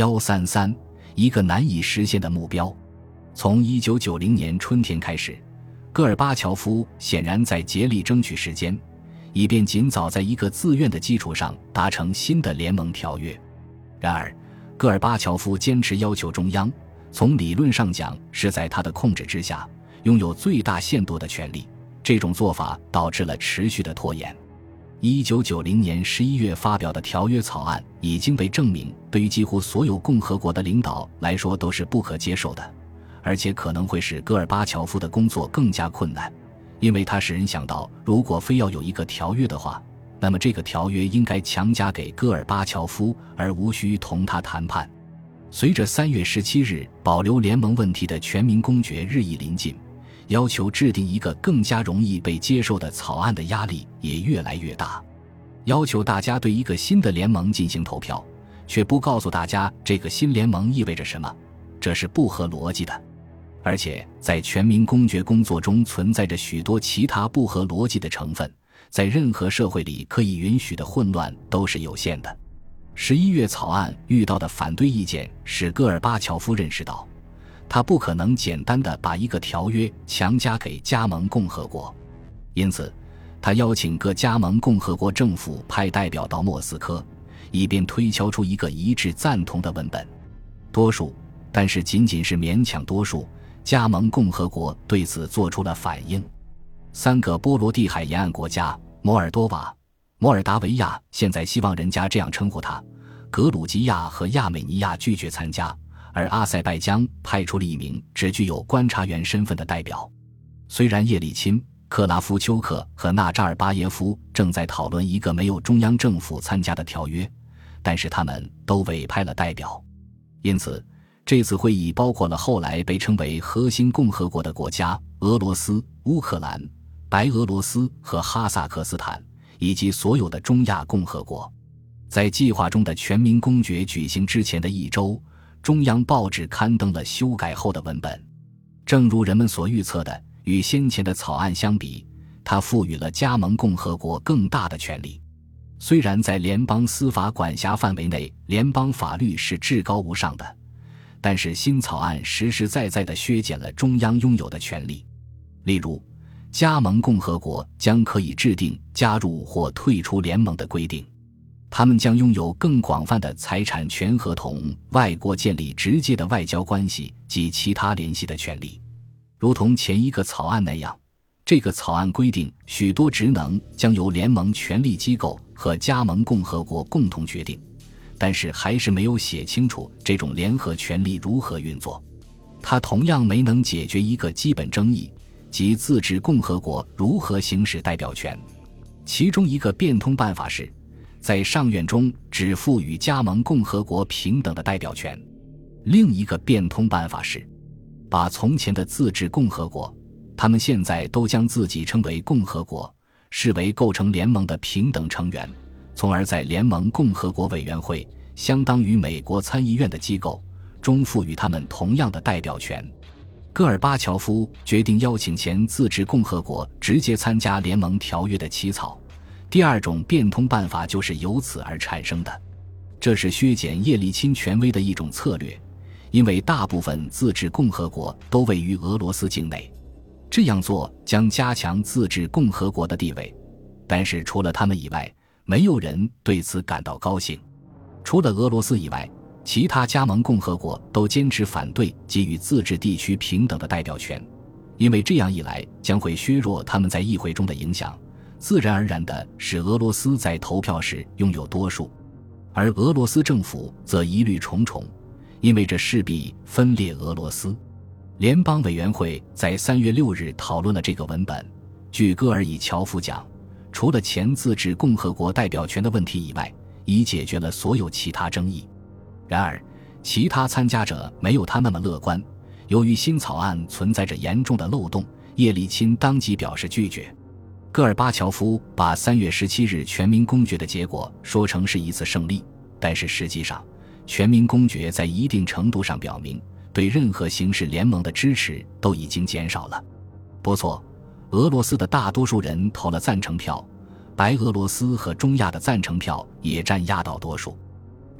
133一个难以实现的目标。从1990年春天开始，戈尔巴乔夫显然在竭力争取时间，以便尽早在一个自愿的基础上达成新的联盟条约。然而，戈尔巴乔夫坚持要求中央，从理论上讲是在他的控制之下，拥有最大限度的权利。这种做法导致了持续的拖延。1990年11月发表的条约草案已经被证明对于几乎所有共和国的领导来说都是不可接受的，而且可能会使戈尔巴乔夫的工作更加困难，因为它使人想到，如果非要有一个条约的话，那么这个条约应该强加给戈尔巴乔夫，而无需同他谈判。随着3月17日保留联盟问题的全民公决日益临近，要求制定一个更加容易被接受的草案的压力也越来越大。要求大家对一个新的联盟进行投票，却不告诉大家这个新联盟意味着什么，这是不合逻辑的。而且在全民公决工作中存在着许多其他不合逻辑的成分，在任何社会里可以允许的混乱都是有限的。11月草案遇到的反对意见使戈尔巴乔夫认识到，他不可能简单地把一个条约强加给加盟共和国，因此他邀请各加盟共和国政府派代表到莫斯科，以便推敲出一个一致赞同的文本。多数，但是仅仅是勉强多数，加盟共和国对此做出了反应。3个波罗的海沿岸国家摩尔多瓦、摩尔达维亚现在希望人家这样称呼它，格鲁吉亚和亚美尼亚拒绝参加，而阿塞拜疆派出了一名只具有观察员身份的代表。虽然叶利钦、克拉夫丘克和纳扎尔巴耶夫正在讨论一个没有中央政府参加的条约，但是他们都委派了代表。因此这次会议包括了后来被称为核心共和国的国家俄罗斯、乌克兰、白俄罗斯和哈萨克斯坦，以及所有的中亚共和国。在计划中的全民公决举行之前的一周，中央报纸刊登了修改后的文本。正如人们所预测的，与先前的草案相比，它赋予了加盟共和国更大的权力。虽然在联邦司法管辖范围内，联邦法律是至高无上的，但是新草案实实在在地削减了中央拥有的权利。例如，加盟共和国将可以制定加入或退出联盟的规定，他们将拥有更广泛的财产权和同外国建立直接的外交关系及其他联系的权利。如同前一个草案那样，这个草案规定许多职能将由联盟权力机构和加盟共和国共同决定，但是还是没有写清楚这种联合权力如何运作。它同样没能解决一个基本争议，即自治共和国如何行使代表权。其中一个变通办法是在上院中只赋予加盟共和国平等的代表权，另一个变通办法是把从前的自治共和国，他们现在都将自己称为共和国，视为构成联盟的平等成员，从而在联盟共和国委员会，相当于美国参议院的机构中赋予他们同样的代表权。戈尔巴乔夫决定邀请前自治共和国直接参加联盟条约的起草。第二种变通办法就是由此而产生的，这是削减叶利钦权威的一种策略，因为大部分自治共和国都位于俄罗斯境内，这样做将加强自治共和国的地位，但是除了他们以外，没有人对此感到高兴。除了俄罗斯以外，其他加盟共和国都坚持反对给予自治地区平等的代表权，因为这样一来将会削弱他们在议会中的影响，自然而然地使俄罗斯在投票时拥有多数。而俄罗斯政府则疑虑重重，因为这势必分裂俄罗斯。联邦委员会在3月6日讨论了这个文本。据戈尔以乔夫讲，除了前自治共和国代表权的问题以外，已解决了所有其他争议。然而其他参加者没有他那么乐观，由于新草案存在着严重的漏洞，叶利钦当即表示拒绝。戈尔巴乔夫把3月17日全民公决的结果说成是一次胜利，但是实际上全民公决在一定程度上表明对任何形式联盟的支持都已经减少了。不错，俄罗斯的大多数人投了赞成票，白俄罗斯和中亚的赞成票也占压倒多数。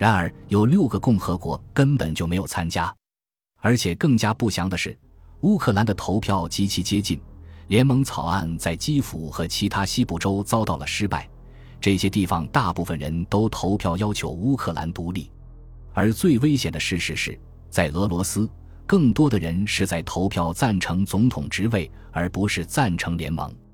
然而有6个共和国根本就没有参加。而且更加不祥的是，乌克兰的投票极其接近，联盟草案在基辅和其他西部州遭到了失败，这些地方大部分人都投票要求乌克兰独立。而最危险的事实是，在俄罗斯，更多的人是在投票赞成总统职位，而不是赞成联盟。